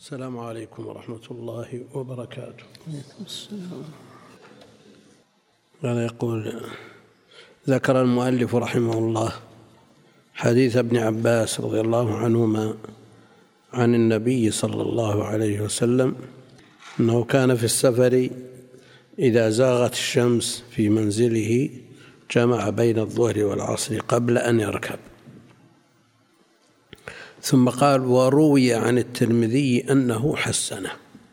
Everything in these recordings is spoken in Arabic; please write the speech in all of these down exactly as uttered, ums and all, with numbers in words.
السلام عليكم ورحمة الله وبركاته. قال يقول ذكر المؤلف رحمه الله حديث ابن عباس رضي الله عنهما عن النبي صلى الله عليه وسلم أنه كان في السفر إذا زاغت الشمس في منزله جمع بين الظهر والعصر قبل أن يركب. ثم قال وروي عن الترمذي أنه حسنه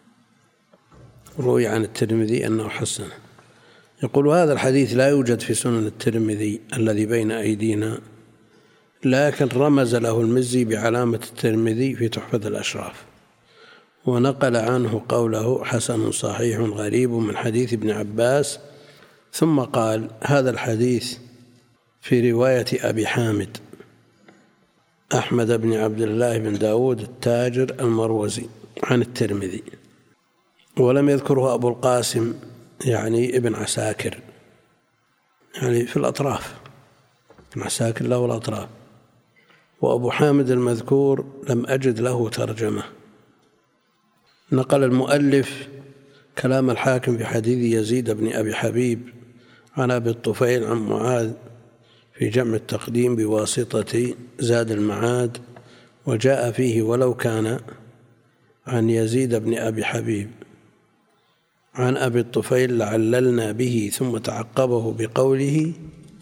روي عن الترمذي أنه حسنه يقول هذا الحديث لا يوجد في سنن الترمذي الذي بين أيدينا، لكن رمز له المزي بعلامة الترمذي في تحفة الأشراف، ونقل عنه قوله حسن صحيح غريب من حديث ابن عباس، ثم قال هذا الحديث في رواية أبي حامد أحمد بن عبد الله بن داود التاجر المروزي عن الترمذي، ولم يذكره أبو القاسم يعني ابن عساكر، يعني في الأطراف، ابن عساكر له الأطراف، وأبو حامد المذكور لم أجد له ترجمة. نقل المؤلف كلام الحاكم في حديث يزيد بن أبي حبيب عن أبي الطفيل عن معاذ في جمع التقديم بواسطة زاد المعاد، وجاء فيه ولو كان عن يزيد بن أبي حبيب عن أبي الطفيل لعللنا به، ثم تعقبه بقوله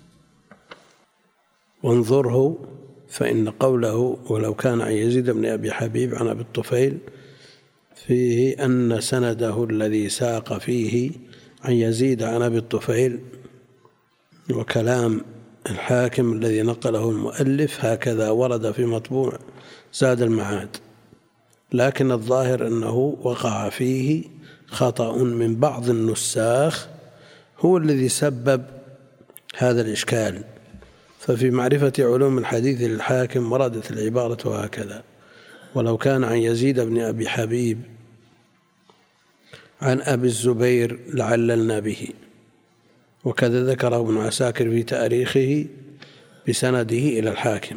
وانظره، فإن قوله ولو كان عن يزيد بن أبي حبيب عن أبي الطفيل فيه أن سنده الذي ساق فيه عن يزيد عن أبي الطفيل، وكلام الحاكم الذي نقله المؤلف هكذا ورد في مطبوع زاد المعاد، لكن الظاهر أنه وقع فيه خطأ من بعض النساخ هو الذي سبب هذا الإشكال. ففي معرفة علوم الحديث للحاكم وردت العبارة هكذا ولو كان عن يزيد بن أبي حبيب عن أبي الزبير لعللنا به، وكذا ذكره ابن عساكر في تاريخه بسنده إلى الحاكم.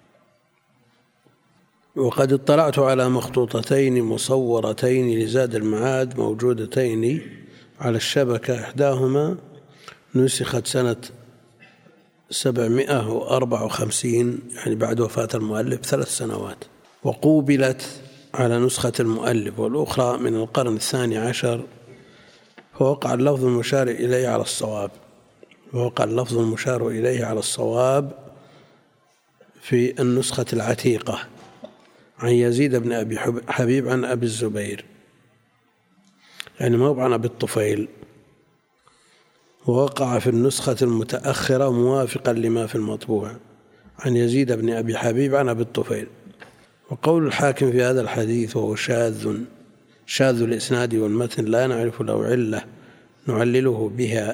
وقد اطلعت على مخطوطتين مصورتين لزاد المعاد موجودتين على الشبكة، إحداهما نسخت سنة سبعمائة وأربعة وخمسين يعني بعد وفاة المؤلف ثلاث سنوات، وقوبلت على نسخة المؤلف، والأخرى من القرن الثاني عشر، فوقع اللفظ المشار إليه على الصواب ووقع اللفظ المشار إليه على الصواب في النسخة العتيقة عن يزيد بن أبي حبيب عن أبي الزبير، يعني ما هو عن أبي الطفيل، ووقع في النسخة المتأخرة موافقا لما في المطبوع عن يزيد بن أبي حبيب عن أبي الطفيل. وقول الحاكم في هذا الحديث وهو شاذ شاذ الإسناد والمتن لا نعرف له علة نعلله بها،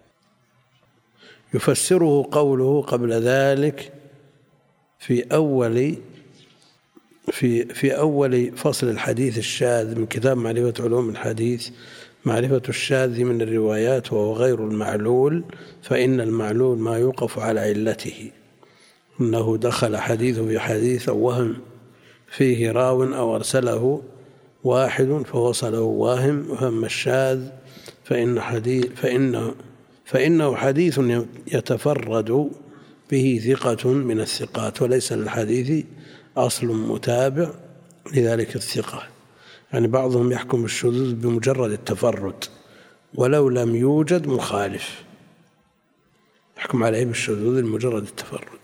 يفسره قوله قبل ذلك في أول في في أول فصل الحديث الشاذ من كتاب معرفة علوم الحديث معرفة الشاذ من الروايات وهو غير المعلول، فإن المعلول ما يوقف على علته، إنه دخل حديث في حديث وهم فيه راو أو أرسله واحد فوصله واهم، وهم الشاذ فإن حديث فإنه فإنه حديث يتفرد به ثقة من الثقات، وليس للحديث أصل متابع لذلك الثقة. يعني بعضهم يحكم الشذوذ بمجرد التفرد ولو لم يوجد مخالف، يحكم عليه بالشذوذ بمجرد التفرد،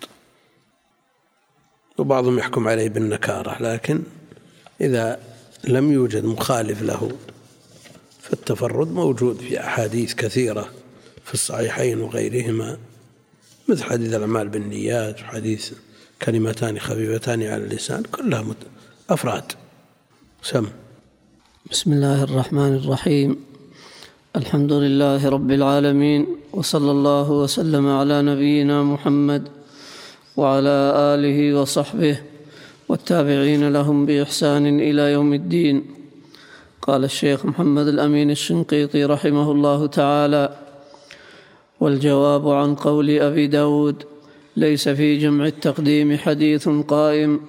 وبعضهم يحكم عليه بالنكارة، لكن إذا لم يوجد مخالف له فالتفرد موجود في أحاديث كثيرة في الصحيحين وغيرهما، مثل حديث الأعمال بالنيات وحديث كلمتان خفيفتان على اللسان، كلها أفراد. سم. بسم الله الرحمن الرحيم، الحمد لله رب العالمين، وصلى الله وسلم على نبينا محمد وعلى آله وصحبه والتابعين لهم بإحسان إلى يوم الدين. قال الشيخ محمد الأمين الشنقيطي رحمه الله تعالى: والجواب عن قول أبي داود ليس في جمع التقديم حديث قائم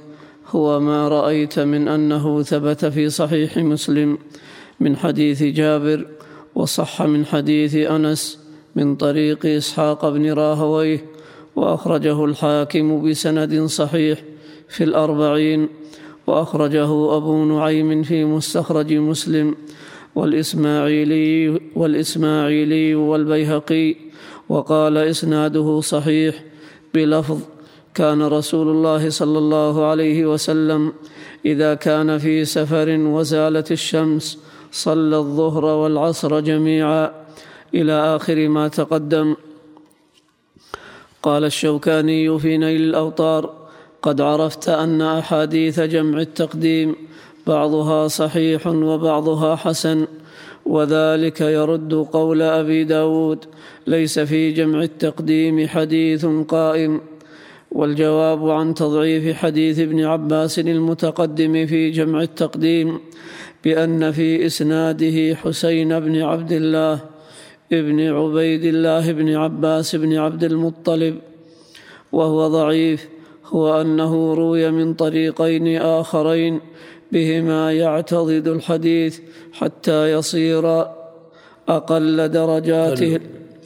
هو ما رأيت من أنه ثبت في صحيح مسلم من حديث جابر، وصح من حديث أنس من طريق إسحاق بن راهويه، وأخرجه الحاكم بسند صحيح في الأربعين، وأخرجه أبو نعيم في مستخرج مسلم، والإسماعيلي, والإسماعيلي والبيهقي، وقال إسناده صحيح بلفظ: كان رسول الله صلى الله عليه وسلم إذا كان في سفر وزالت الشمس صلى الظهر والعصر جميعا، إلى آخر ما تقدم. قال الشوكاني في نيل الأوطار: قد عرفت أن أحاديث جمع التقديم بعضها صحيح وبعضها حسن، وذلك يرد قول أبي داود: ليس في جمع التقديم حديث قائم. والجواب عن تضعيف حديث ابن عباس المتقدم في جمع التقديم بأن في إسناده حسين بن عبد الله ابن عبيد الله بن عباس بن عبد المطلب، وهو ضعيف، هو أنه روي من طريقين آخرين بهما يعتضد الحديث حتى يصير أقل درجاته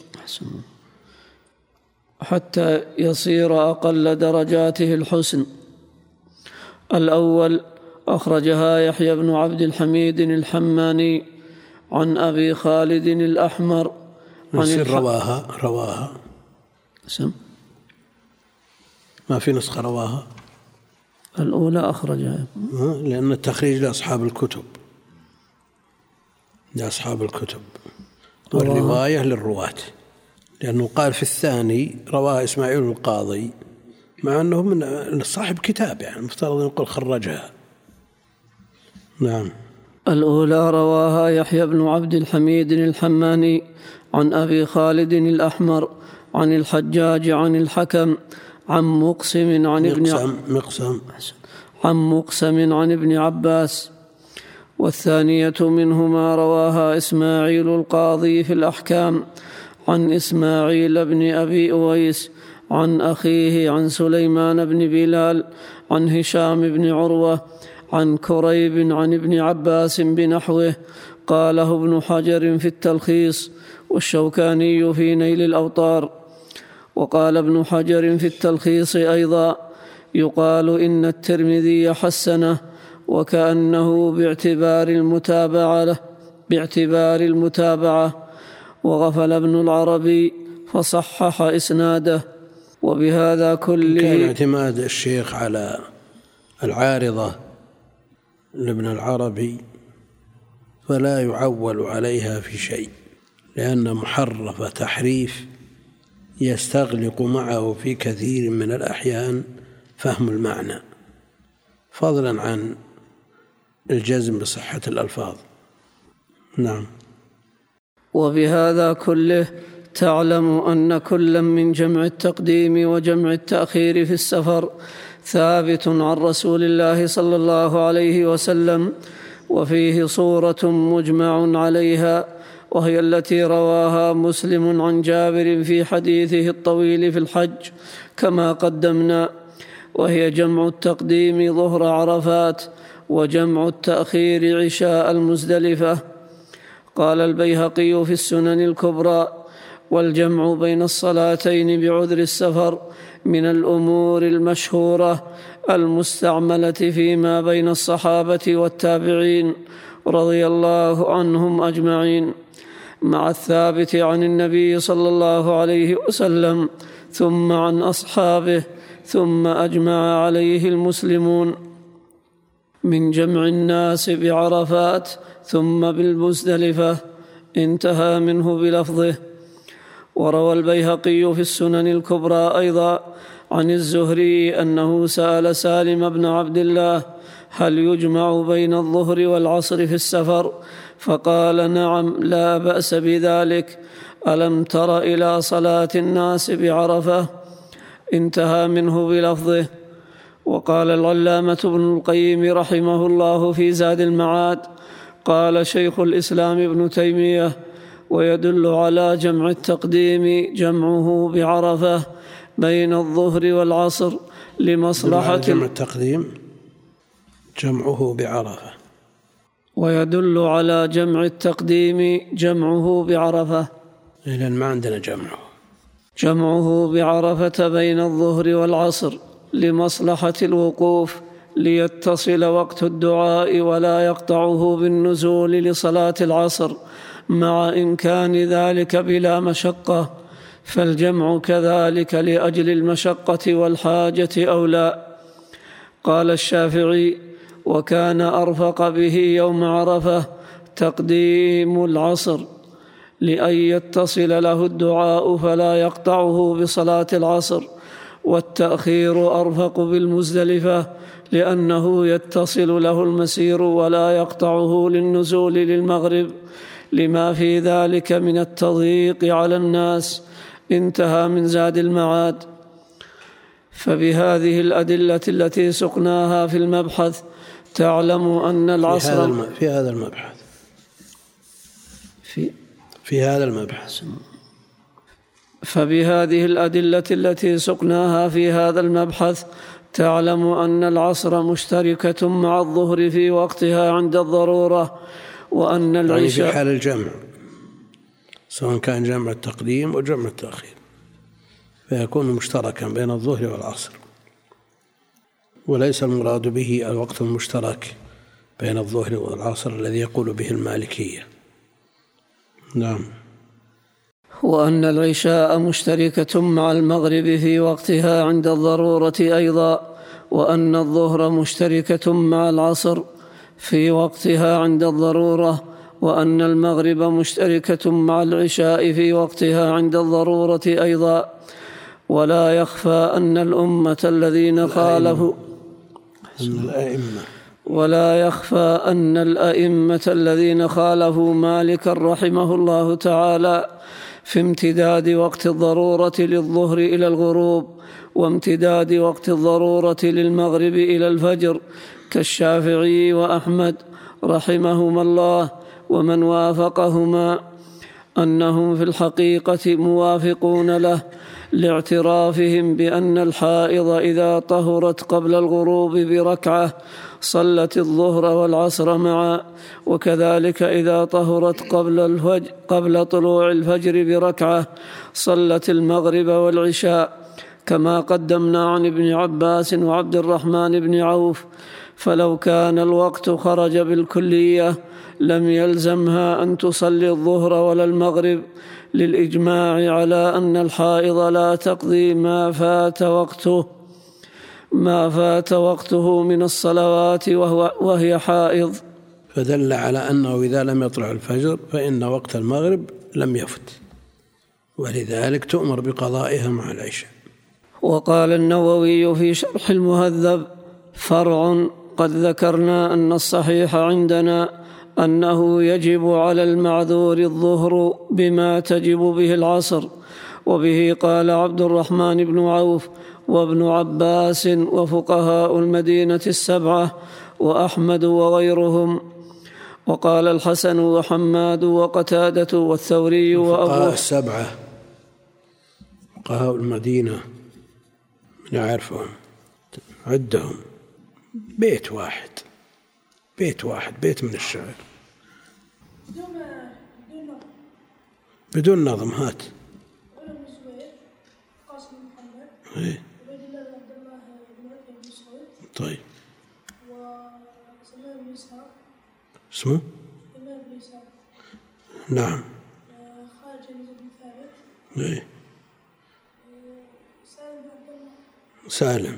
حتى يصير أقل درجاته الحسن. الأول أخرجها يحيى بن عبد الحميد الحماني عن أبي خالد الأحمر عن الح... رواها رواها سم ما في نسخة رواها. الأولى أخرجها لأن التخريج لأصحاب الكتب لأصحاب الكتب والرواية للرواة، لأنه قال في الثاني رواه إسماعيل القاضي، مع أنه من صاحب كتاب، يعني مفترض نقول خرجها. نعم. الأولى رواها يحيى بن عبد الحميد الحماني عن أبي خالد الأحمر عن الحجاج عن الحكم عن مقسم عن ابن مقسم, مقسم عن مقسم عن ابن عباس. والثانية منهما رواها إسماعيل القاضي في الأحكام عن إسماعيل بن أبي أويس عن أخيه عن سليمان بن بلال عن هشام بن عروة عن كريب عن ابن عباس بنحوه، قاله ابن حجر في التلخيص والشوكاني في نيل الأوطار. وقال ابن حجر في التلخيص أيضا: يقال إن الترمذي حسنه، وكأنه باعتبار المتابعة له باعتبار المتابعة وغفل ابن العربي فصحح إسناده. وبهذا كله كان اعتماد الشيخ على العارضة لابن العربي فلا يعول عليها في شيء، لأن محرف تحريف يستغلق معه في كثير من الأحيان فهم المعنى، فضلا عن الجزم بصحة الألفاظ. نعم. وبهذا كله تعلم أن كل من جمع التقديم وجمع التأخير في السفر ثابت عن رسول الله صلى الله عليه وسلم، وفيه صورة مجمع عليها، وهي التي رواها مسلم عن جابر في حديثه الطويل في الحج كما قدمنا، وهي جمع التقديم ظهر عرفات وجمع التأخير عشاء المزدلفة. قال البيهقي في السنن الكبرى: والجمع بين الصلاتين بعذر السفر من الأمور المشهورة المستعملة فيما بين الصحابة والتابعين رضي الله عنهم أجمعين، مع الثابت عن النبي صلى الله عليه وسلم ثم عن أصحابه ثم أجمع عليه المسلمون، من جمع الناس بعرفات ثم بالمزدلفة، انتهى منه بلفظه. وروى البيهقي في السنن الكبرى أيضا عن الزهري أنه سأل سالم بن عبد الله: هل يجمع بين الظهر والعصر في السفر؟ فقال: نعم، لا بأس بذلك، ألم تر إلى صلاة الناس بعرفة؟ انتهى منه بلفظه. وقال العلامة ابن القيم رحمه الله في زاد المعاد: قال شيخ الإسلام ابن تيمية: ويدل على جمع التقديم جمعه بعرفة بين الظهر والعصر لمصلحة جمع التقديم جمعه بعرفة. ويدل على جمع التقديم جمعه بعرفة. لأن ما عندنا جمعه. جمعه بعرفة بين الظهر والعصر لمصلحة الوقوف ليتصل وقت الدعاء ولا يقطعه بالنزول لصلاة العصر مع إمكان ذلك بلا مشقة، فالجمع كذلك لأجل المشقة والحاجة أولى. قال الشافعي: وكان أرفق به يوم عرفة تقديم العصر لأن يتصل له الدعاء فلا يقطعه بصلاة العصر، والتأخير أرفق بالمزدلفة لأنه يتصل له المسير ولا يقطعه للنزول للمغرب لما في ذلك من التضييق على الناس. انتهى من زاد المعاد. فبهذه الأدلة التي سقناها في المبحث تعلم أن العصر في هذا المبحث في في هذا المبحث فبهذه الأدلة التي سقناها في هذا المبحث تعلم أن العصر مشتركة مع الظهر في وقتها عند الضرورة، وأن العشاء يعني في حال الجمع سواء كان جمع التقديم وجمع التأخير فيكون مشتركا بين الظهر والعصر، وليس المراد به الوقت المشترك بين الظهر والعصر الذي يقول به المالكية. نعم. وأن العشاء مشتركة مع المغرب في وقتها عند الضرورة أيضا، وأن الظهر مشتركة مع العصر في وقتها عند الضرورة، وأن المغرب مشتركة مع العشاء في وقتها عند الضرورة أيضا. ولا يخفى أن الأمة الذين خالفوا الأئمة ولا يخفى أن الأئمة الذين خالفوا مالكا رحمه الله تعالى في امتداد وقت الضرورة للظهر إلى الغروب وامتداد وقت الضرورة للمغرب إلى الفجر كالشافعي وأحمد رحمهما الله ومن وافقهما، أنهم في الحقيقة موافقون له لاعترافهم بأن الحائض إذا طهرت قبل الغروب بركعة صلت الظهر والعصر معا، وكذلك إذا طهرت قبل الفجر قبل طلوع الفجر بركعة صلت المغرب والعشاء، كما قدمنا عن ابن عباس وعبد الرحمن بن عوف. فلو كان الوقت خرج بالكلية لم يلزمها أن تصلي الظهر ولا المغرب، للإجماع على أن الحائض لا تقضي ما فات وقته ما فات وقته من الصلوات وهو وهي حائض. فدل على أنه إذا لم يطلع الفجر فإن وقت المغرب لم يفت، ولذلك تؤمر بقضائها مع العشاء. وقال النووي في شرح المهذب: فرع قد ذكرنا أن الصحيح عندنا أنه يجب على المعذور الظهر بما تجب به العصر، وبه قال عبد الرحمن بن عوف وابن عباس وفقهاء المدينة السبعة وأحمد وغيرهم. وقال الحسن وحماد وقتادة والثوري وأبو السبعة فقهاء المدينة من يعرفهم عدهم بيت واحد بيت واحد بيت من الشعر بدون نظم. هات ايه طيب اسمه نعم ايه سالم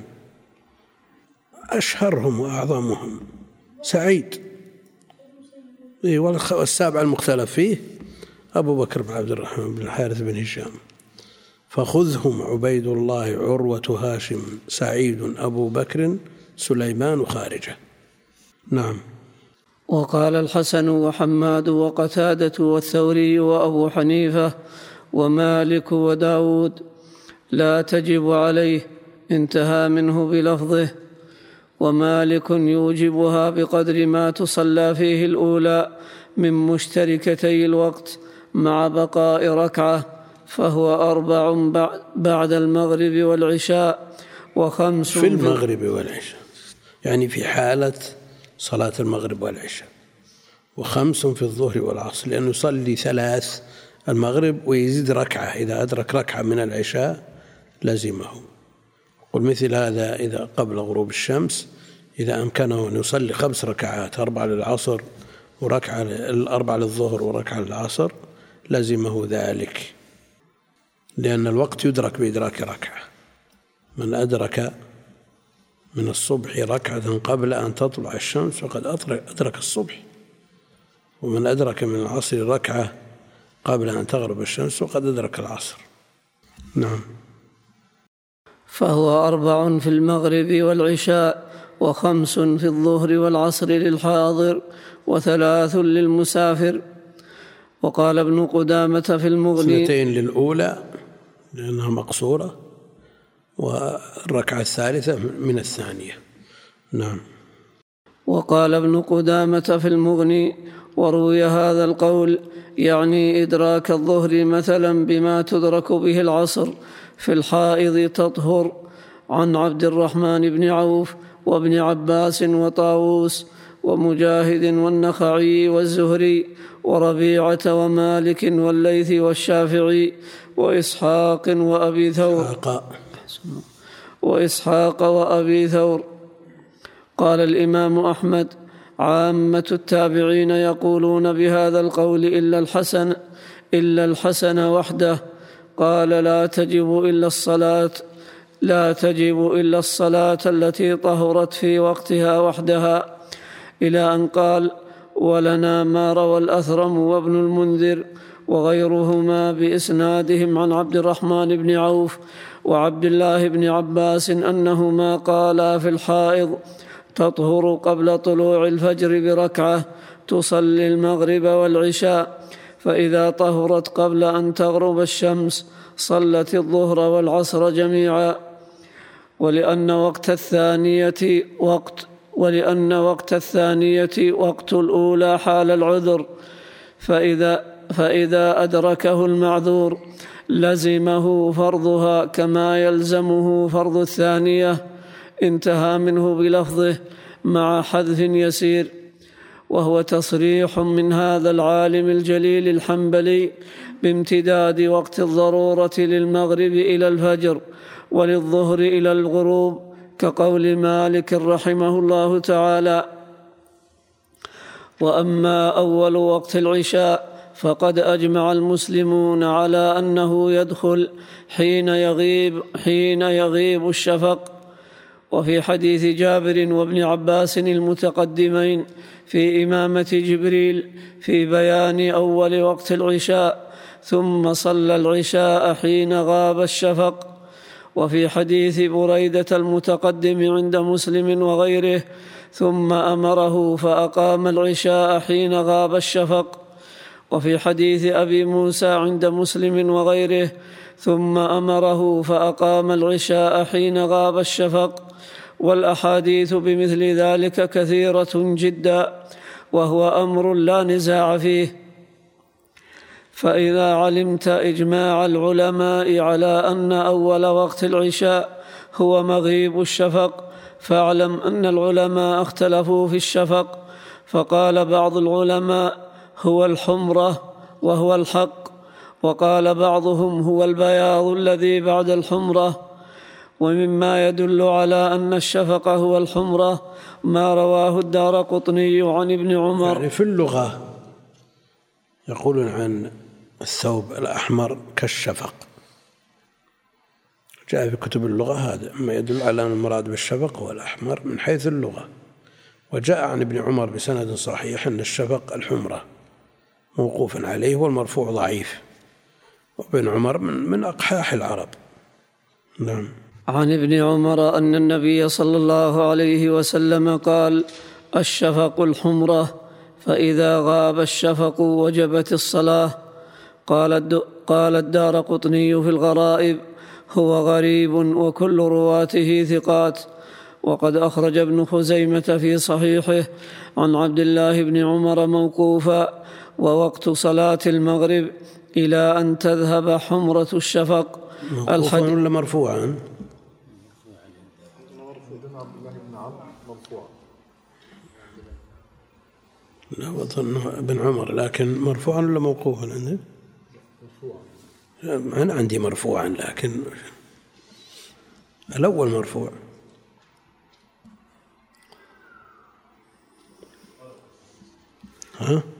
أشهرهم وأعظمهم سعيد إيه، والسابع المختلف فيه أبو بكر بن عبد الرحمن بن الحارث بن هشام. فخذهم عبيد الله عروة هاشم سعيد أبو بكر سليمان خارجة. نعم. وقال الحسن وحماد وقتادة والثوري وأبو حنيفة ومالك وداود لا تجب عليه، انتهى منه بلفظه. ومالك يوجبها بقدر ما تصلى فيه الأولى من مشتركتي الوقت مع بقاء ركعة، فهو أربع بعد المغرب والعشاء وخمس في المغرب والعشاء، يعني في حالة صلاة المغرب والعشاء، وخمس في الظهر والعصر، لأنه يصلي ثلاث المغرب ويزيد ركعة إذا أدرك ركعة من العشاء لزمه. والمثل هذا إذا قبل غروب الشمس إذا أمكنه أن يصلي خمس ركعات، أربعة للعصر وركعة الأربعة للظهر وركعة للعصر، لزمه ذلك، لأن الوقت يدرك بإدراك ركعة. من أدرك من الصبح ركعة قبل أن تطلع الشمس فقد أدرك الصبح، ومن أدرك من العصر ركعة قبل أن تغرب الشمس فقد أدرك العصر. نعم. فهو أربع في المغرب والعشاء، وخمس في الظهر والعصر للحاضر، وثلاث للمسافر. وقال ابن قدامة في المغني: اثنتين للأولى لأنها مقصورة، والركعة الثالثة من الثانية. نعم. وقال ابن قدامة في المغني: وروي هذا القول يعني إدراك الظهر مثلا بما تدرك به العصر في الحائض تطهر، عن عبد الرحمن بن عوف وابن عباس وطاووس ومجاهد والنخعي والزهري وربيعة ومالك والليث والشافعي وإسحاق وأبي ثور وإسحاق وأبي ثور. قال الإمام أحمد: عامة التابعين يقولون بهذا القول إلا الحسن إلا الحسن وحده. قال: لا تجب إلا الصلاة لا تجب إلا الصلاة التي طهرت في وقتها وحدها، إلى أن قال: ولنا ما روى الأثرم وابن المنذر وغيرهما بإسنادهم عن عبد الرحمن بن عوف وعبد الله بن عباس أنهما قالا في الحائض تطهر قبل طلوع الفجر بركعة تصلي المغرب والعشاء، فإذا طهرت قبل أن تغرب الشمس صلت الظهر والعصر جميعا. ولأن وقت الثانية وقت ولأن وقت الثانية وقت الأولى حال العذر، فإذا فإذا أدركه المعذور لزمه فرضها كما يلزمه فرض الثانية. انتهى منه بلفظه مع حذف يسير، وهو تصريح من هذا العالم الجليل الحنبلي بامتداد وقت الضرورة للمغرب إلى الفجر وللظهر إلى الغروب، كقول مالك رحمه الله تعالى: وأما أول وقت العشاء فقد أجمع المسلمون على أنه يدخل حين يغيب حين يغيب الشفق. وفي حديث جابر وابن عباس المتقدمين في إمامة جبريل في بيان أول وقت العشاء: ثم صلى العشاء حين غاب الشفق. وفي حديث بريدة المتقدم عند مسلم وغيره: ثم أمره فأقام العشاء حين غاب الشفق. وفي حديث أبي موسى عند مسلم وغيره: ثم أمره فأقام العشاء حين غاب الشفق. والأحاديث بمثل ذلك كثيرة جدا، وهو أمر لا نزاع فيه. فإذا علمت إجماع العلماء على أن أول وقت العشاء هو مغيب الشفق، فاعلم أن العلماء اختلفوا في الشفق، فقال بعض العلماء هو الحمرة وهو الحق، وقال بعضهم هو البياض الذي بعد الحمرة. ومما يدل على أن الشفق هو الحمرة ما رواه الدارقطني عن ابن عمر. يعني في اللغة يقولون عن الثوب الأحمر كالشفق، جاء في كتب اللغة هذا ما يدل على أن المراد بالشفق هو الأحمر من حيث اللغة. وجاء عن ابن عمر بسند صحيح أن الشفق الحمرة موقوفا عليه، والمرفوع ضعيف، وابن عمر من, من أقحاح العرب. نعم. عن ابن عمر أن النبي صلى الله عليه وسلم قال: الشفق الحمرة، فإذا غاب الشفق وجبت الصلاة. قال قال الدارقطني في الغرائب: هو غريب وكل رواته ثقات. وقد أخرج ابن خزيمة في صحيحه عن عبد الله بن عمر موقوفا: ووقت صلاة المغرب إلى أن تذهب حمرة الشفق. موقوفا ولا مرفوعا؟ لا أظن ابن عمر، لكن مرفوعا ولا موقوفا عندك؟ مرفوعا. أنا عندي مرفوعا، لكن الأول مرفوع. ها؟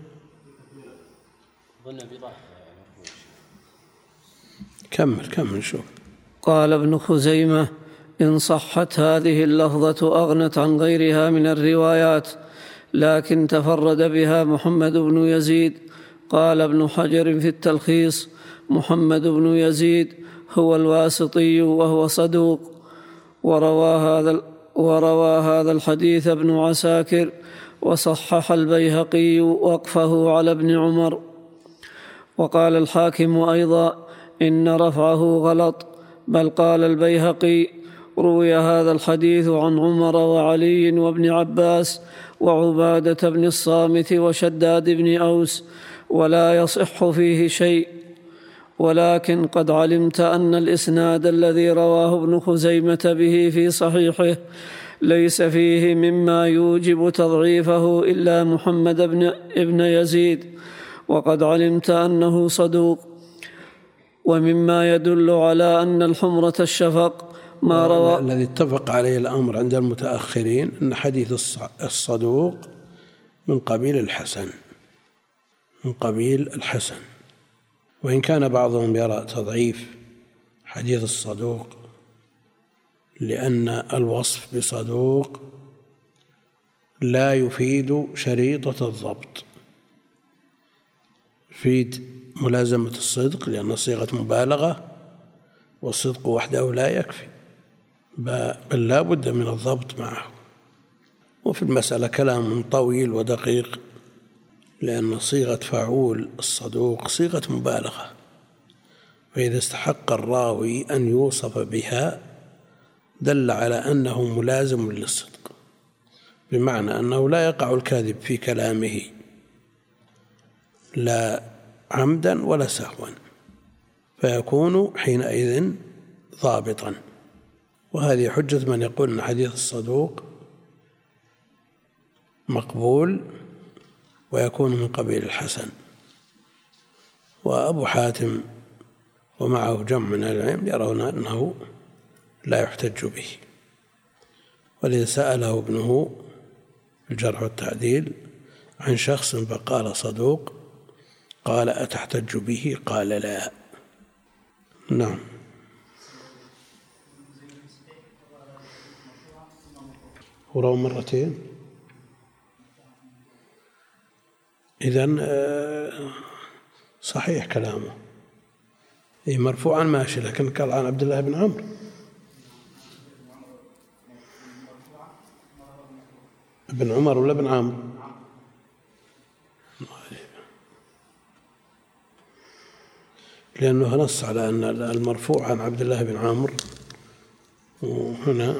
كمل كمل شوف. قال ابن خزيمة: إن صحت هذه اللفظة أغنت عن غيرها من الروايات، لكن تفرد بها محمد بن يزيد. قال ابن حجر في التلخيص: محمد بن يزيد هو الواسطي وهو صدوق. وروى هذا وروى هذا الحديث ابن عساكر، وصحح البيهقي وقفه على ابن عمر. وقال الحاكم أيضا إن رفعه غلط، بل قال البيهقي: روي هذا الحديث عن عمر وعلي وابن عباس وعبادة بن الصامت وشداد بن أوس، ولا يصح فيه شيء. ولكن قد علمت أن الإسناد الذي رواه ابن خزيمة به في صحيحه ليس فيه مما يوجب تضعيفه إلا محمد بن ابن يزيد، وقد علمت أنه صدوق. ومما يدل على أن الحمرة الشفق ما روى الذي اتفق عليه الأمر عند المتأخرين أن حديث الصدوق من قبيل الحسن من قبيل الحسن وإن كان بعضهم يرى تضعيف حديث الصدوق لأن الوصف بصدوق لا يفيد شريطة الضبط، يفيد ملازمة الصدق لأن صيغة مبالغة، والصدق وحده لا يكفي، بل لا بد من الضبط معه. وفي المسألة كلام طويل ودقيق، لأن صيغة فاعول الصدوق صيغة مبالغة، فإذا استحق الراوي أن يوصف بها دل على أنه ملازم للصدق، بمعنى أنه لا يقع الكاذب في كلامه لا عمدا ولا سهوا، فيكون حينئذ ضابطا. وهذه حجة من يقول أن حديث الصدوق مقبول ويكون من قبيل الحسن. وأبو حاتم ومعه جمع من العلم يرون أنه لا يحتج به، ولذا سأله ابنه الجرح والتعديل عن شخص فقال صدوق، قال أتحتج به؟ قال لا. نعم. وروى مرتين. إذن صحيح كلامه، إيه مرفوعا ماشي، لكن قال عن عبد الله بن عمرو. ابن عمر ولا ابن عمرو؟ لأنه نص على أن المرفوع عن عبد الله بن عمرو، وهنا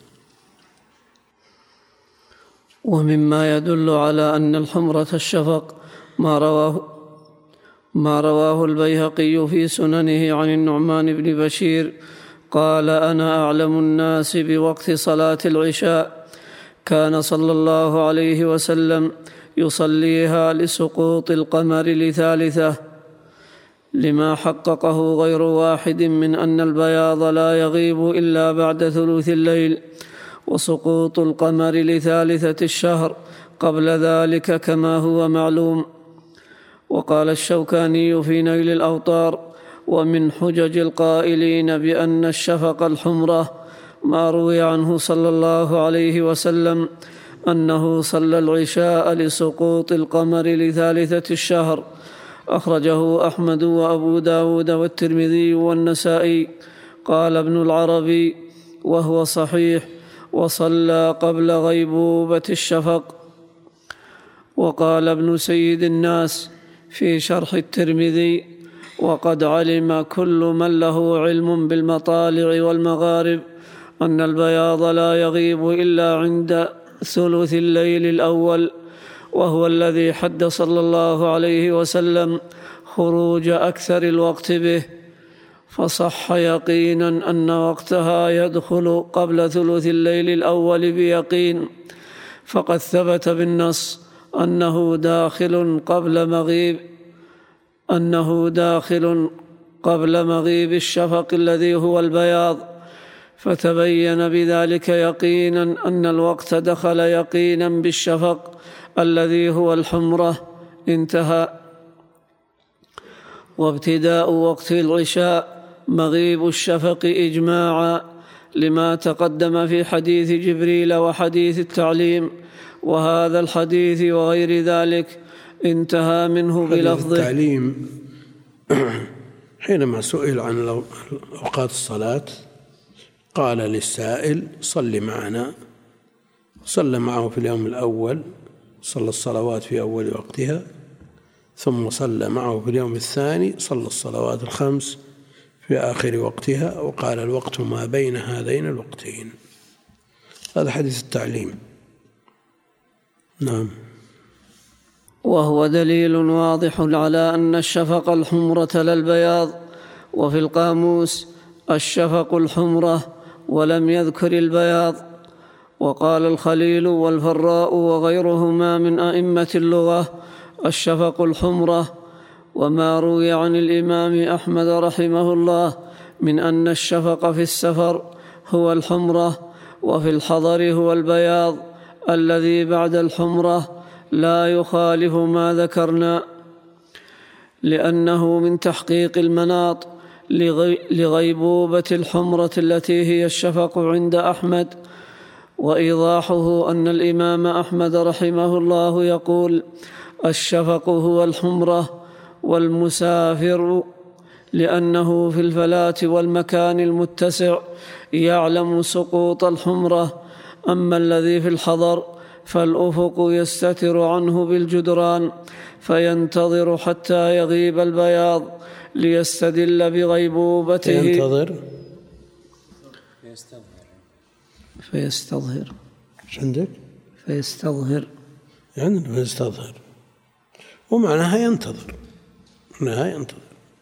ومما يدل على أن الحمرة الشفق ما رواه ما رواه البيهقي في سننه عن النعمان بن بشير قال: أنا أعلم الناس بوقت صلاة العشاء، كان صلى الله عليه وسلم يصليها لسقوط القمر لثالثة، لما حققه غير واحد من أن البياض لا يغيب إلا بعد ثلث الليل، وسقوط القمر لثالثة الشهر قبل ذلك كما هو معلوم. وقال الشوكاني في نيل الأوطار: ومن حجج القائلين بأن الشفق الحمرة ما روي عنه صلى الله عليه وسلم أنه صلى العشاء لسقوط القمر لثالثة الشهر، أخرجه أحمد وأبو داود والترمذي والنسائي. قال ابن العربي: وهو صحيح، وصلى قبل غيبوبة الشفق. وقال ابن سيد الناس في شرح الترمذي: وقد علم كل من له علم بالمطالع والمغارب أن البياض لا يغيب إلا عند ثلث الليل الأول، وهو الذي حد صلى الله عليه وسلم خروج أكثر الوقت به، فصح يقينا أن وقتها يدخل قبل ثلث الليل الأول بيقين، فقد ثبت بالنص أنه داخل قبل مغيب أنه داخل قبل مغيب الشفق الذي هو البياض، فتبين بذلك يقينا أن الوقت دخل يقينا بالشفق الذي هو الحمرة. انتهى. وابتداء وقت العشاء مغيب الشفق إجماعا لما تقدم في حديث جبريل وحديث التعليم، وهذا الحديث وغير ذلك انتهى منه بلفظه. التعليم حينما سئل عن أوقات الصلاة قال للسائل: صل معنا. صلى معه في اليوم الأول، صلى الصلوات في أول وقتها، ثم صلى معه في اليوم الثاني، صلى الصلوات الخمس في آخر وقتها، وقال: الوقت ما بين هذين الوقتين. هذا حديث التعليم. نعم. وهو دليل واضح على أن الشفق الحمرة لا البياض، وفي القاموس الشفق الحمرة ولم يذكر البياض. وقال الخليل والفراء وغيرهما من أئمة اللغة الشفق الحمرة. وما روي عن الإمام أحمد رحمه الله من أن الشفق في السفر هو الحمرة وفي الحضر هو البياض الذي بعد الحمرة لا يخالف ما ذكرنا، لأنه من تحقيق المناط لغيبوبة الحمرة التي هي الشفق عند أحمد. وإيضاحه أن الإمام أحمد رحمه الله يقول: الشفق هو الحمرة والمسافر، لأنه في الفلاة والمكان المتسع يعلم سقوط الحمرة. أما الذي في الحضر فالأفق يستتر عنه بالجدران فينتظر حتى يغيب البياض ليستدل بغيبوبته. ينتظر فيستظهر. ايش عندك؟ فيستظهر يعني فيستظهر، ومعناها ينتظر، معناها ينتظر،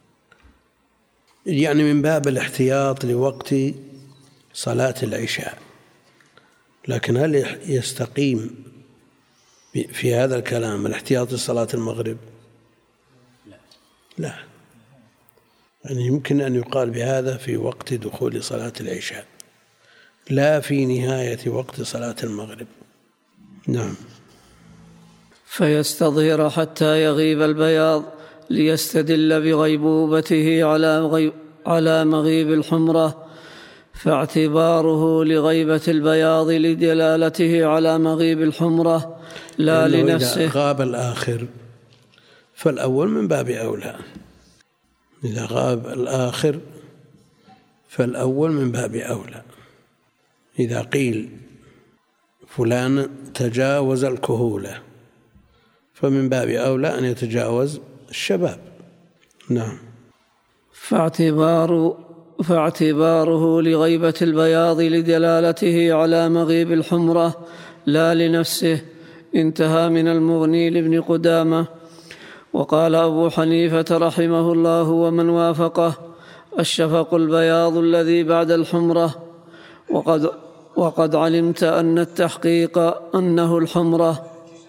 يعني من باب الاحتياط لوقت صلاة العشاء. لكن هل يستقيم في هذا الكلام الاحتياط لصلاة المغرب؟ لا لا، يعني يمكن أن يقال بهذا في وقت دخول صلاة العشاء، لا في نهاية وقت صلاة المغرب. نعم. فيستظهر حتى يغيب البياض ليستدل بغيبوبته على, غيب على مغيب الحمرة، فاعتباره لغيبة البياض لدلالته على مغيب الحمرة لا لنفسه. إذا غاب الآخر فالأول من باب أولى، إذا غاب الآخر فالأول من باب أولى. إذا قيل فلان تجاوز الكهولة فمن باب أولى أن يتجاوز الشباب. نعم. فاعتبار فاعتباره لغيبة البياض لدلالته على مغيب الحمرة لا لنفسه. انتهى من المغني لابن قدامة. وقال أبو حنيفة رحمه الله ومن وافقه: الشفق البياض الذي بعد الحمرة. وقد, وقد علمت أن التحقيق أنه الحمرة.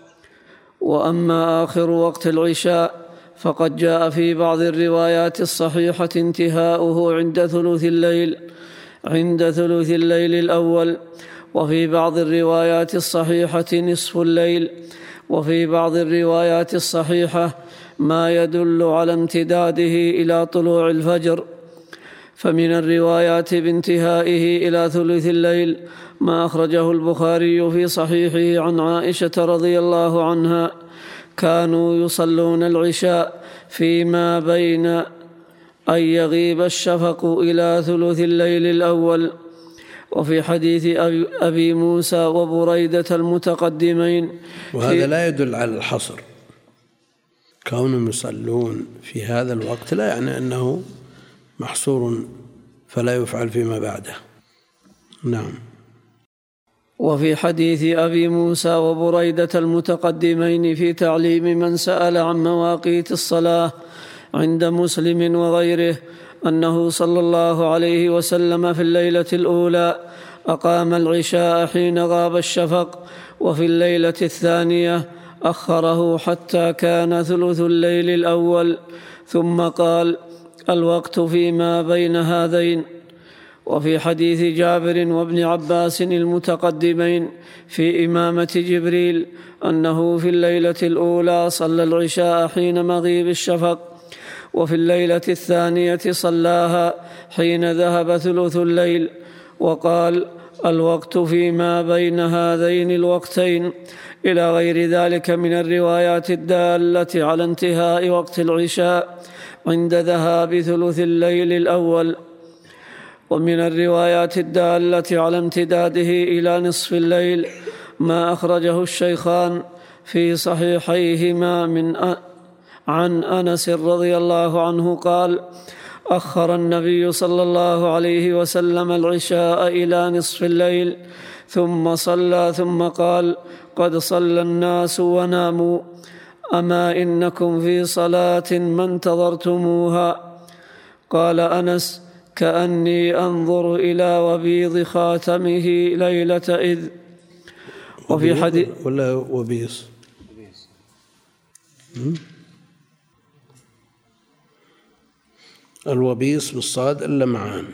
وأما آخر وقت العشاء فقد جاء في بعض الروايات الصحيحة انتهاؤه عند ثلث الليل عند ثلث الليل الأول، وفي بعض الروايات الصحيحة نصف الليل، وفي بعض الروايات الصحيحة ما يدل على امتداده إلى طلوع الفجر. فمن الروايات بانتهائه إلى ثلث الليل ما أخرجه البخاري في صحيحه عن عائشة رضي الله عنها: كانوا يصلون العشاء فيما بين أن يغيب الشفق إلى ثلث الليل الأول. وفي حديث أبي موسى وبريدة المتقدمين، وهذا لا يدل على الحصر، كونهم يصلون في هذا الوقت لا يعني أنه محصور فلا يفعل فيما بعده. نعم. وفي حديث أبي موسى وبريدة المتقدمين في تعليم من سأل عن مواقيت الصلاة عند مسلم وغيره أنه صلى الله عليه وسلم في الليلة الأولى أقام العشاء حين غاب الشفق، وفي الليلة الثانية أخره حتى كان ثلث الليل الأول ثم قال: الوقت فيما بين هذين. وفي حديث جابر وابن عباس المتقدمين في إمامة جبريل أنه في الليلة الأولى صلى العشاء حين مغيب الشفق، وفي الليلة الثانية صلاها حين ذهب ثلث الليل، وقال: الوقت فيما بين هذين الوقتين، إلى غير ذلك من الروايات الدالة على انتهاء وقت العشاء عند ذهاب ثلث الليل الأول. ومن الروايات الدالة على امتداده إلى نصف الليل ما أخرجه الشيخان في صحيحيهما من أ... عن أنس رضي الله عنه قال: أخر النبي صلى الله عليه وسلم العشاء إلى نصف الليل ثم صلى ثم قال: قد صلى الناس وناموا، أما إنكم في صلاة ما انتظرتموها. قال أنس: كأني أنظر إلى وبيض خاتمه ليلة إذ. وفي حديث ولا وبيص الوبيص بالصاد اللمعان،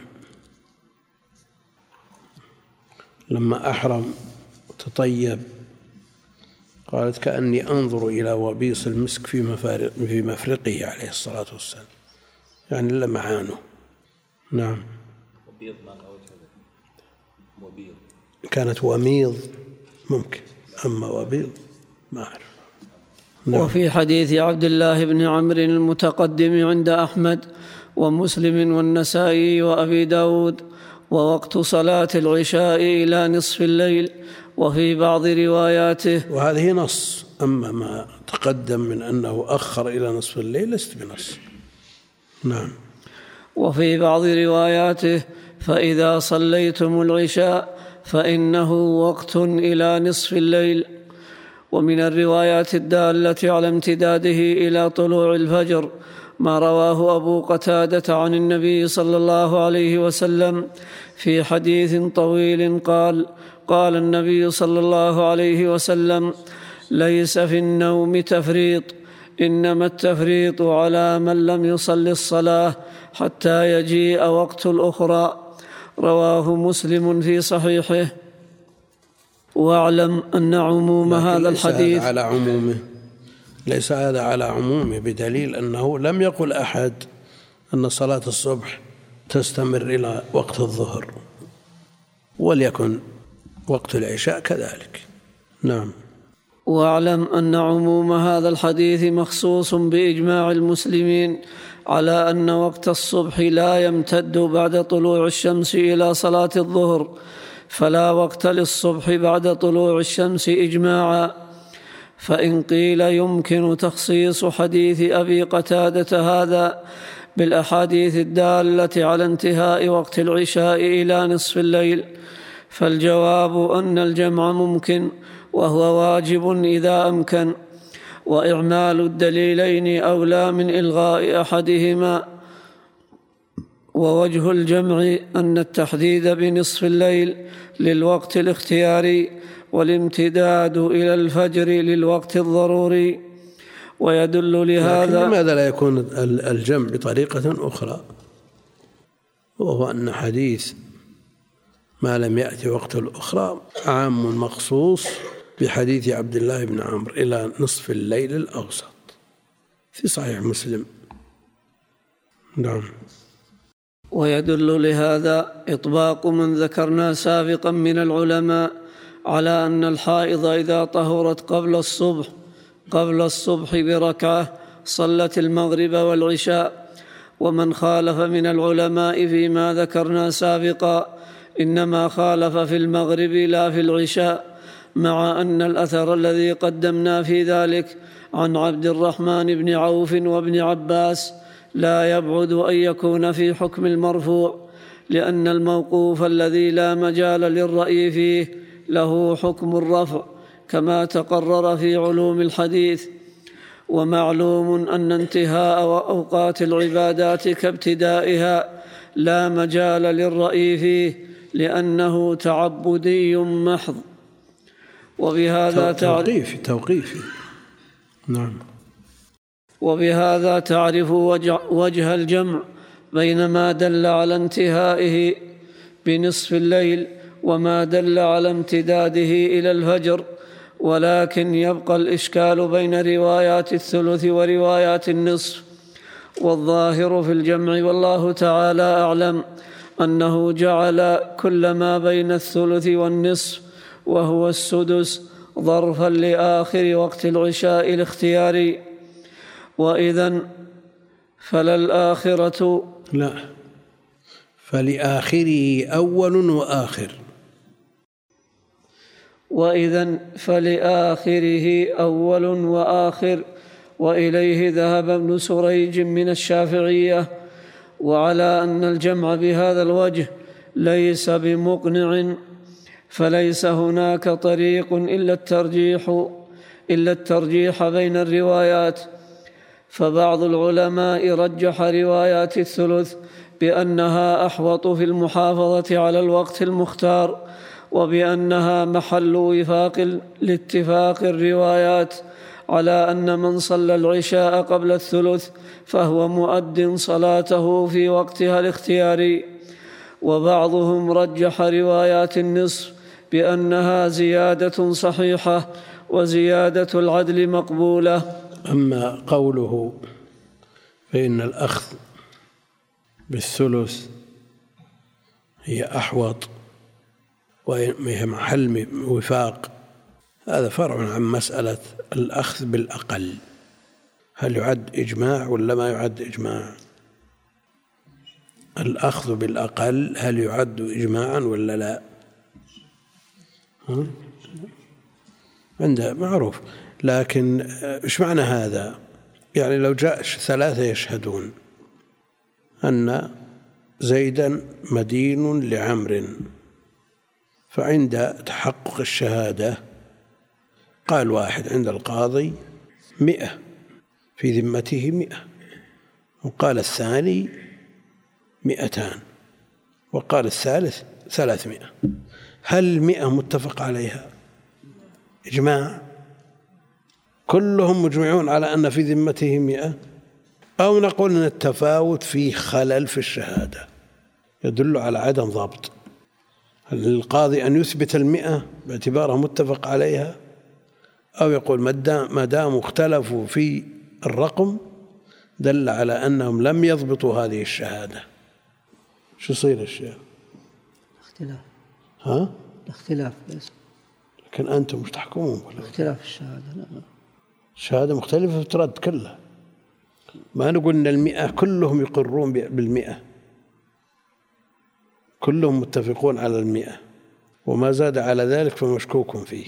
لما أحرم تطيب قالت: كأني أنظر إلى وبيص المسك في مفارق في مفرقه عليه الصلاة والسلام، يعني لمعانه. نعم. وبيض ما وبيض كانت وميض ممكن، أما وبيض ما أعرف. نعم. وفي حديث عبد الله بن عمرو المتقدم عند أحمد ومسلم والنسائي وأبي داود: ووقت صلاة العشاء إلى نصف الليل. وفي بعض رواياته، وهذه نص، أما ما تقدم من أنه أخر إلى نصف الليل لست بنص. نعم. وفي بعض رواياته: فإذا صليتم العشاء فإنه وقت إلى نصف الليل. ومن الروايات الدالة على امتداده إلى طلوع الفجر ما رواه أبو قتادة عن النبي صلى الله عليه وسلم في حديث طويل قال: قال النبي صلى الله عليه وسلم: ليس في النوم تفريط، إنما التفريط على من لم يصل الصلاة حتى يجيء وقت الأخرى. رواه مسلم في صحيحه. واعلم أن عموم هذا الحديث ليس على عمومه ليس هذا على عمومه بدليل أنه لم يقل أحد أن صلاة الصبح تستمر إلى وقت الظهر، وليكن وقت العشاء كذلك. نعم. واعلم أن عموم هذا الحديث مخصوص بإجماع المسلمين على أن وقت الصبح لا يمتد بعد طلوع الشمس إلى صلاة الظهر، فلا وقت للصبح بعد طلوع الشمس إجماعا. فإن قيل يمكن تخصيص حديث أبي قتادة هذا بالأحاديث الدالة على انتهاء وقت العشاء إلى نصف الليل، فالجواب أن الجمع ممكن وهو واجب إذا أمكن، وإعمال الدليلين أولى من إلغاء أحدهما. ووجه الجمع أن التحديد بنصف الليل للوقت الاختياري، والامتداد إلى الفجر للوقت الضروري. ويدل لهذا، لماذا لا يكون الجمع بطريقة أخرى، وهو أن حديث ما لم يأتي وقت الأخرى عام مخصوص بحديث عبد الله بن عمرو إلى نصف الليل الأوسط في صحيح مسلم. نعم. ويدل لهذا إطباق من ذكرنا سابقا من العلماء على أن الحائض إذا طهرت قبل الصبح قبل الصبح بركعة صلت المغرب والعشاء. ومن خالف من العلماء فيما ذكرنا سابقا إنما خالف في المغرب لا في العشاء، مع أن الأثر الذي قدمنا في ذلك عن عبد الرحمن بن عوف وابن عباس لا يبعد أن يكون في حكم المرفوع، لأن الموقوف الذي لا مجال للرأي فيه له حكم الرفع كما تقرر في علوم الحديث. ومعلوم أن انتهاء أوقات العبادات كابتدائها لا مجال للرأي فيه لأنه تعبدي محض. وبهذا توقيفي توقيفي نعم. وبهذا تعرف وجه الجمع بين ما دل على انتهائه بنصف الليل وما دل على امتداده إلى الفجر، ولكن يبقى الإشكال بين روايات الثلث وروايات النصف. والظاهر في الجمع والله تعالى أعلم أنه جعل كل ما بين الثلث والنصف وهو السدس ظرفا لآخر وقت العشاء الاختياري. وإذن فلا الآخرة لا فلآخره أول وآخر وإذن فلآخره أول وآخر. وإليه ذهب ابن سريج من الشافعية، وعلى أن الجمع بهذا الوجه ليس بمقنع، فليس هناك طريق إلا الترجيح إلا الترجيح بين الروايات. فبعض العلماء رجح روايات الثلث بأنها أحوط في المحافظة على الوقت المختار، وبأنها محل وفاق لاتفاق الروايات على أن من صلى العشاء قبل الثلث فهو مؤد صلاته في وقتها الاختياري. وبعضهم رجح روايات النصف بأنها زيادة صحيحة وزيادة العدل مقبولة. أما قوله فإن الأخذ بالثلث هي أحوط وهي محل وفاق، هذا فرع عن مسألة الأخذ بالأقل، هل يعد إجماع ولا ما يعد إجماع؟ الأخذ بالأقل هل يعد إجماعا ولا لا؟ عنده معروف، لكن إيش معنى هذا؟ يعني لو جاء ثلاثة يشهدون أن زيدا مدين لعمر، فعند تحقق الشهادة قال واحد عند القاضي مئة في ذمته مئة، وقال الثاني مئتان، وقال الثالث ثلاثمائة، هل مئة متفق عليها إجماع كلهم مجمعون على أن في ذمته مئة، أو نقول أن التفاوت فيه خلل في الشهادة يدل على عدم ضبط؟ هل للقاضي أن يثبت المئة باعتبارها متفق عليها، أو يقول ما دام اختلفوا في الرقم دل على أنهم لم يضبطوا هذه الشهادة؟ شو يصير الشيء؟ اختلاف. ها؟ اختلاف بس. لكن أنتم مش تحكمون اختلاف الشهادة. لا. الشهادة مختلفة ترد كلها، ما نقول أن المئة كلهم يقرون بالمئة، كلهم متفقون على المئة، وما زاد على ذلك فمشكوك فيه،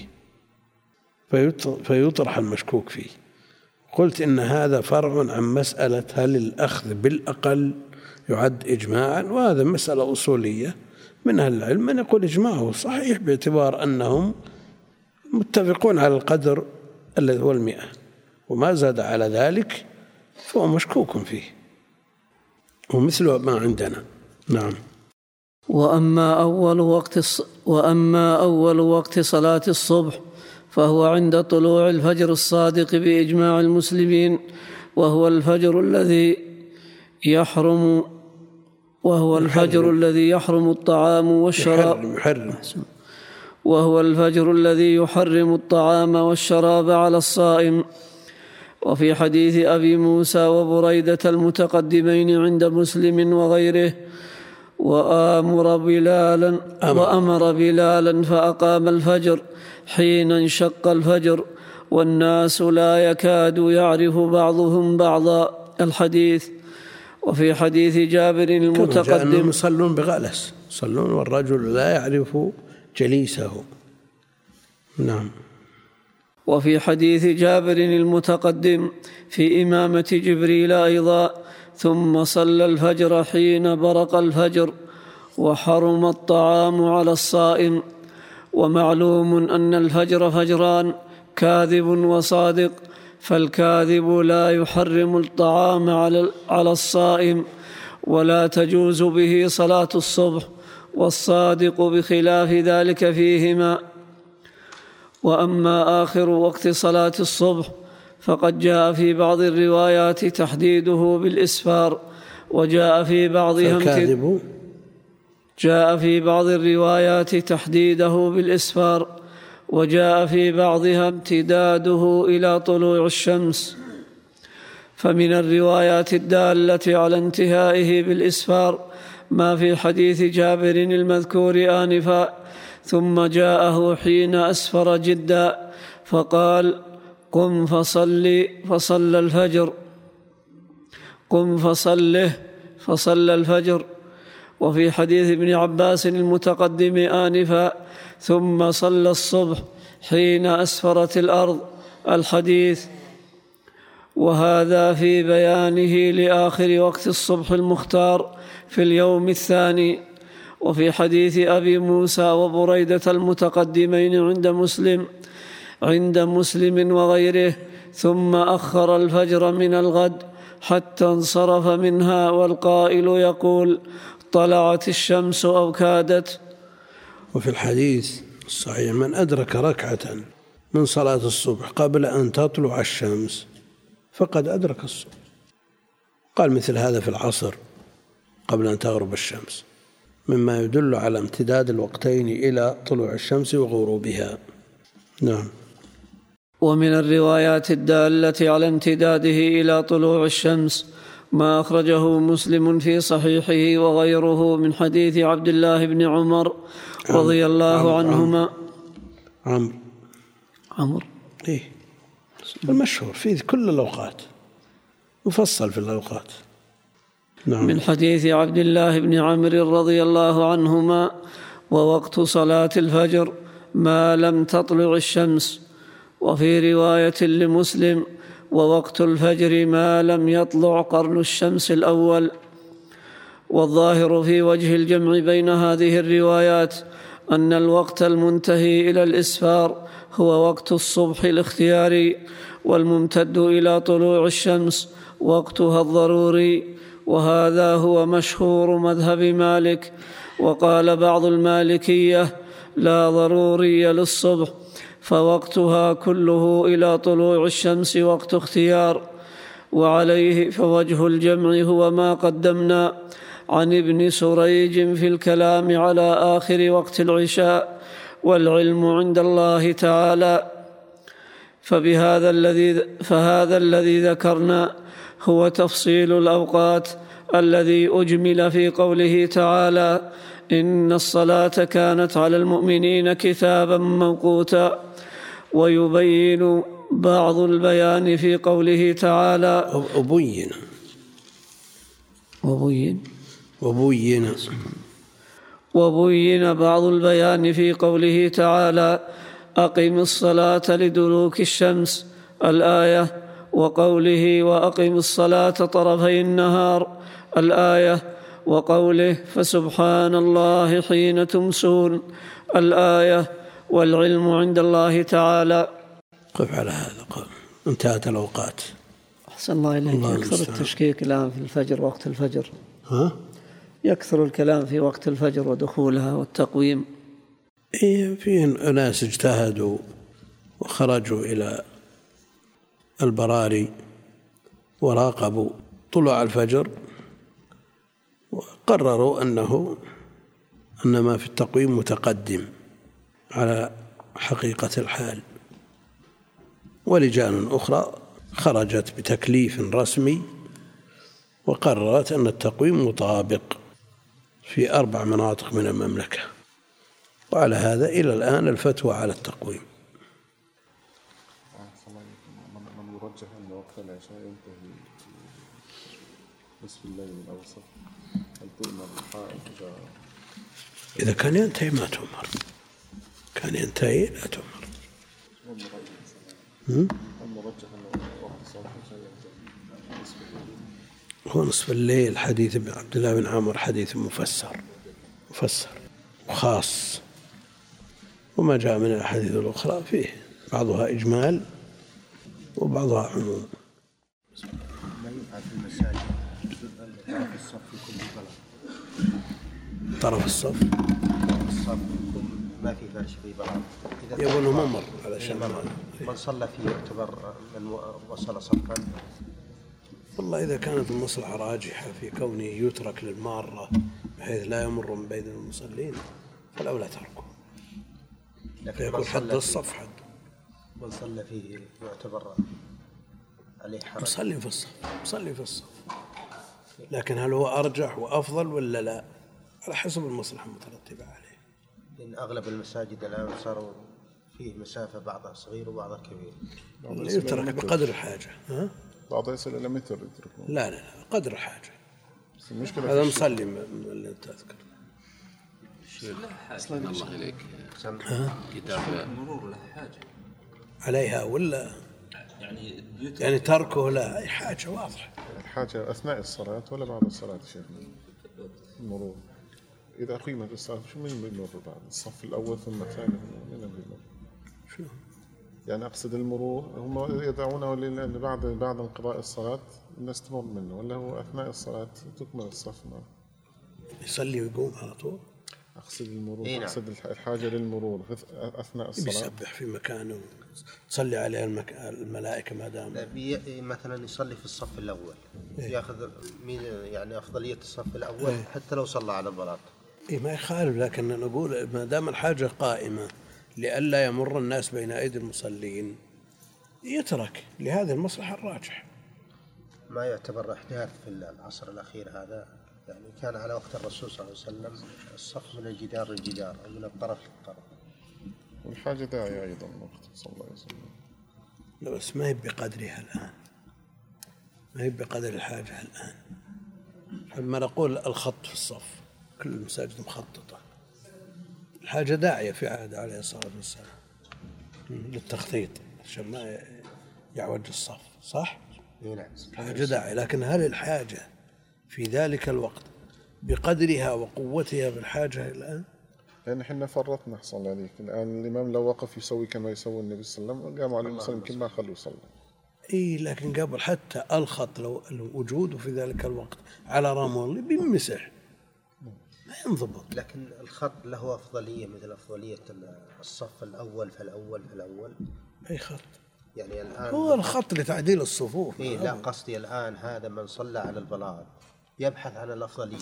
فيطرح المشكوك فيه. قلت إن هذا فرع عن مسألة هل الأخذ بالأقل يعد إجماعا، وهذا مسألة أصولية من أهل العلم من يقول إجماعه صحيح باعتبار أنهم متفقون على القدر الذي هو المئة، وما زاد على ذلك فهو مشكوك فيه، ومثله ما عندنا. نعم. وأما أول وقت وأما أول وقت صلاة الصبح فهو عند طلوع الفجر الصادق بإجماع المسلمين، وهو الفجر الذي يحرم وهو الفجر الذي يحرم الطعام والشراب يحرم وهو الفجر الذي يحرم الطعام والشراب على الصائم. وفي حديث أبي موسى وبريدة المتقدمين عند مسلم وغيره: وآمر بلالا وأمر بلالا فأقام الفجر حين انشق الفجر والناس لا يكاد يعرف بعضهم بعضا. الحديث. وفي حديث جابر المتقدم يصلون بغلس، يصلون والرجل لا يعرف جليسه. نعم. وفي حديث جابر المتقدم في إمامة جبريل أيضا: ثم صلى الفجر حين برق الفجر وحرم الطعام على الصائم. ومعلوم أن الفجر فجران: كاذب وصادق، فالكاذب لا يحرم الطعام على الصائم ولا تجوز به صلاة الصبح، والصادق بخلاف ذلك فيهما. وأما آخر وقت صلاة الصبح فقد جاء في بعض الروايات تحديده بالإسفار، وجاء في بعضها فالكاذب جاء في بعض الروايات تحديده بالإسفار، وجاء في بعضها امتداده إلى طلوع الشمس. فمن الروايات الدالة على انتهائه بالإسفار ما في حديث جابر المذكور آنفا: ثم جاءه حين أسفر جدا فقال: قم فصل فصلى الفجر قم فصله فصلى الفجر. وفي حديث ابن عباس المتقدم آنفا: ثم صلى الصبح حين أسفرت الأرض الحديث. وهذا في بيانه لآخر وقت الصبح المختار في اليوم الثاني. وفي حديث أبي موسى وبريدة المتقدمين عند مسلم عند مسلم وغيره: ثم أخر الفجر من الغد حتى انصرف منها، والقائل يقول: طلعت الشمس أو كادت. وفي الحديث الصحيح: من أدرك ركعة من صلاة الصبح قبل أن تطلع الشمس فقد أدرك الصبح. قال مثل هذا في العصر قبل أن تغرب الشمس، مما يدل على امتداد الوقتين إلى طلوع الشمس وغروبها. نعم. ومن الروايات الدالة على امتداده إلى طلوع الشمس ما أخرجه مسلم في صحيحه وغيره من حديث عبد الله بن عمر رضي الله عنهما. عمرو عمرو إيه المشهور في كل الأوقات، مفصل في الأوقات. نعم. من حديث عبد الله بن عمرو رضي الله عنهما: ووقت صلاة الفجر ما لم تطلع الشمس. وفي رواية لمسلم: ووقت الفجر ما لم يطلع قرن الشمس الأول. والظاهر في وجه الجمع بين هذه الروايات أن الوقت المنتهي إلى الإسفار هو وقت الصبح الاختياري، والممتد إلى طلوع الشمس وقتها الضروري، وهذا هو مشهور مذهب مالك. وقال بعض المالكية: لا ضروري للصبح، فوقتها كله إلى طلوع الشمس وقت اختيار. وعليه فوجه الجمع هو ما قدمنا عن ابن سريج في الكلام على آخر وقت العشاء: والعلم عند الله تعالى. فبهذا الذي فهذا الذي ذكرنا هو تفصيل الأوقات الذي أجمل في قوله تعالى: إن الصلاة كانت على المؤمنين كتابا موقوتا. ويبين بعض البيان في قوله تعالى: أبين وبين وبين وبين بعض البيان في قوله تعالى: أقم الصلاة لدلوك الشمس الآية، وقوله: وأقم الصلاة طرفي النهار الآية، وقوله: فسبحان الله حين تمسون الآية، والعلم عند الله تعالى. قف على هذا. قف. انتهت الأوقات. أحسن الله إليك. يكثر التشكيك الآن في الفجر، وقت الفجر. ها؟ يكثر الكلام في وقت الفجر ودخولها والتقويم. إيه، في ناس اجتهدوا وخرجوا إلى البراري وراقبوا طلوع الفجر وقرروا أنه أن ما في التقويم متقدم على حقيقة الحال. ولجان أخرى خرجت بتكليف رسمي وقررت أن التقويم مطابق في أربع مناطق من المملكة، وعلى هذا إلى الآن الفتوى على التقويم. من يرجح أن وقت العشاء ينتهي نصف الليل الأوسط، هل تؤمر الحائط إذا إذا كان ينتهي ما تؤمر، كان ينتهي لا تؤمر. المرجح أن وقت صلاة العشاء ينتهي نصف الليل. هو نصف الليل حديث ابن عبد الله بن عمر حديث مفسر مفسر وخاص، وما جاء من الأحاديث الأخرى فيه بعضها إجمال وبعضها عموم. ما يفعل في المساجد طرف الصف في كل بلد، طرف الصف طرف الصف في كل ما في فرش في بلاط يقول انه ممر علشان من صلى فيه يعتبر من وصل صفا. والله إذا كانت المصلحة راجحة في كونه يترك للمارة بحيث لا يمر من بين المصلين فالأولى تركه، فيكون حد الصف حد. من صلى فيه يعتبر عليه حرج. مصلي في الصف، مصلي في الصف، لكن هل هو أرجح وأفضل ولا لا؟ على حسب المصلحة المترتبة عليه. لأن أغلب المساجد الآن صاروا فيه مسافة بعضها صغير وبعضها كبير. يترك بقدر الحاجة. ها؟ بعض يصل إلى متر يتركون. لا لا لا قدر الحاجة. هذا مصلي من اللي تذكر. أصلاً الله إليك كتاب المرور له حاجة عليها ولا يعني يعني تركه لا أي حاجة واضحة. الحاجة أثناء الصلاة ولا بعد الصلاة شيخنا؟ المرور إذا قيمت الصلاة شو من بيمر بعد الصف الأول ثم الثاني من بيمر؟ شو؟ يعني أقصد المرور هم يدعونه لأن بعد بعد انقضاء الصلاة الناس تمر منه، ولا هو أثناء الصلاة تكمل الصف معه؟ يصلي ويقوم على طول. أقصد المرور. إيه نعم. أقصد الحاجة للمرور أثناء الصلاة. يسبح في مكانه تصلي عليه المك... الملائكة ما دام. مثلا يصلي في الصف الأول إيه؟ يأخذ مين يعني أفضلية الصف الأول إيه؟ حتى لو صلى على البلاط. إيه ما يخالف، لكن نقول ما دام الحاجة قائمة لئلا يمر الناس بين أيدي المصلين يترك لهذه المصلحة الراجح. ما يعتبر إحداث في العصر الأخير هذا، يعني كان على وقت الرسول صلى الله عليه وسلم الصف من الجدار للجدار أو من الطرف للطرف. والحاجة داعية أيضا وقت صلى الله عليه وسلم. لا بس ما هي بقدرها الآن، ما هي بقدر الحاجة الآن. لما نقول الخط في الصف كل المساجد مخططة، الحاجة داعية في عهد عليه الصلاة والسلام للتخطيط عشان ما يعوج الصف، صح؟ نعم. الحاجة داعية، لكن هل الحاجة في ذلك الوقت بقدرها وقوتها بالحاجة الآن؟ لأن احنا فرطنا حصل عليك الآن الإمام لو وقف يسوي كما يسوي النبي صلى الله عليه وسلم قام على المسلم يمكن ما خلوا يصلي. إيه لكن قبل حتى الخط لو وجوده في ذلك الوقت على رمل بيمسح ما ينضبط. لكن الخط له أفضلية مثل أفضلية الصف الأول فالأول فالأول. أي خط؟ يعني الآن هو الخط لتعديل الصفوف. إيه لا قصدي الآن هذا من صلى على البلاط يبحث عن الأفضلية.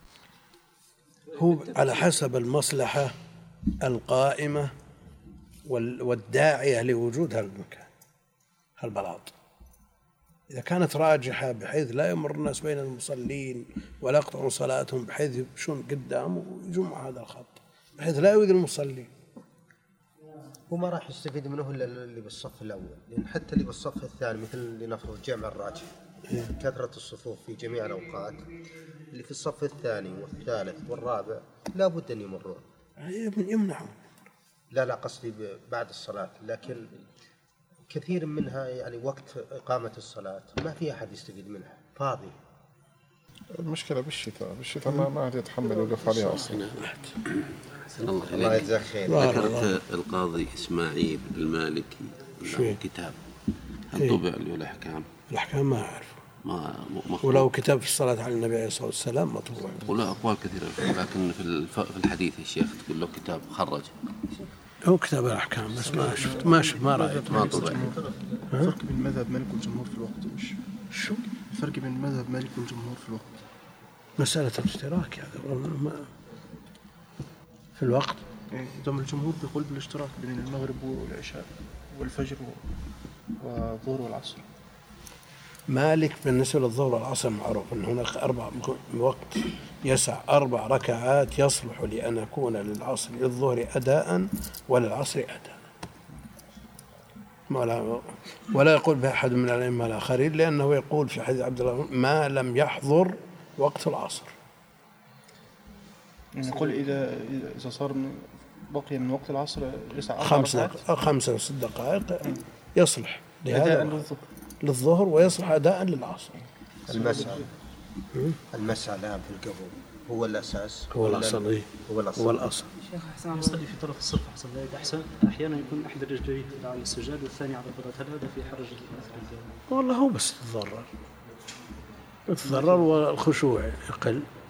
هو على حسب المصلحة القائمة والداعية لوجود هالمكان هالبلاط. إذا كانت راجحة بحيث لا يمر الناس بين المصلين ولا يقطعون صلاتهم بحيث يمشون قدام ويجون مع هذا الخط بحيث لا يؤذي المصلين، وما راح يستفيد منه إلا اللي بالصف الأول، لأن حتى اللي بالصف الثاني مثل اللي نفرض جمع الراجح كثرة الصفوف في جميع الأوقات، اللي في الصف الثاني والثالث والرابع لا بد أن يمرون. يمنعون. لا لا قصدي بعد الصلاة، لكن كثير منها يعني وقت إقامة الصلاة ما في أحد يستفيد منها فاضي. المشكلة بالشتاء، بالشتاء ما ما عاد يتحمل يوقف عليها أصلا. الله يجزاك خير. ذكرت القاضي إسماعيل المالكي له كتاب هل طبع له الأحكام؟ الأحكام ما أعرف. ما ولو كتاب في الصلاة على النبي عليه الصلاة والسلام مطبوع. ولا أقوال كثيرة، لكن في في الحديث يا شيخ تقول له كتاب خرج. هو كتاب الأحكام بس ما شفت ما شفت ما رأيت ما طبع. الفرق بين مذهب مالك والجمهور في الوقت وش؟ شو؟ الفرق بين مذهب مالك والجمهور في الوقت. مسألة الاشتراك هذا ما في الوقت. دم الجمهور بيقول بالاشتراك بين المغرب والعشاء والفجر والظهر والعصر. مالك بالنسبة للظهر والعصر معروف أن هناك أربع وقت يسع أربع ركعات يصلح لأن يكون للعصر للظهر أداء وللعصر أداء. ولا, ولا يقول بأحد من الأئمة الآخرين لأنه يقول في حديث عبد الله ما لم يحضر وقت العصر. يعني يقول إذا إذا صار من بقي من وقت العصر يسع خمس دقائق خمسة أو ست دقائق يصلح لهذا للظهر ويصلح أداء للعصر. المسعى المسعى الآن في القبور هو الأساس، هو الأصل. هو الأصل. هو الأصل. شيخ أحسن يصلي في طرف الصف أحسن ذلك أحسن. أحيانا يكون أحد الرجلين على السجاد والثاني على البلاط، هل هذا في حرج مثل؟ والله هو بس يتضرر يتضرر والخشوع يقل.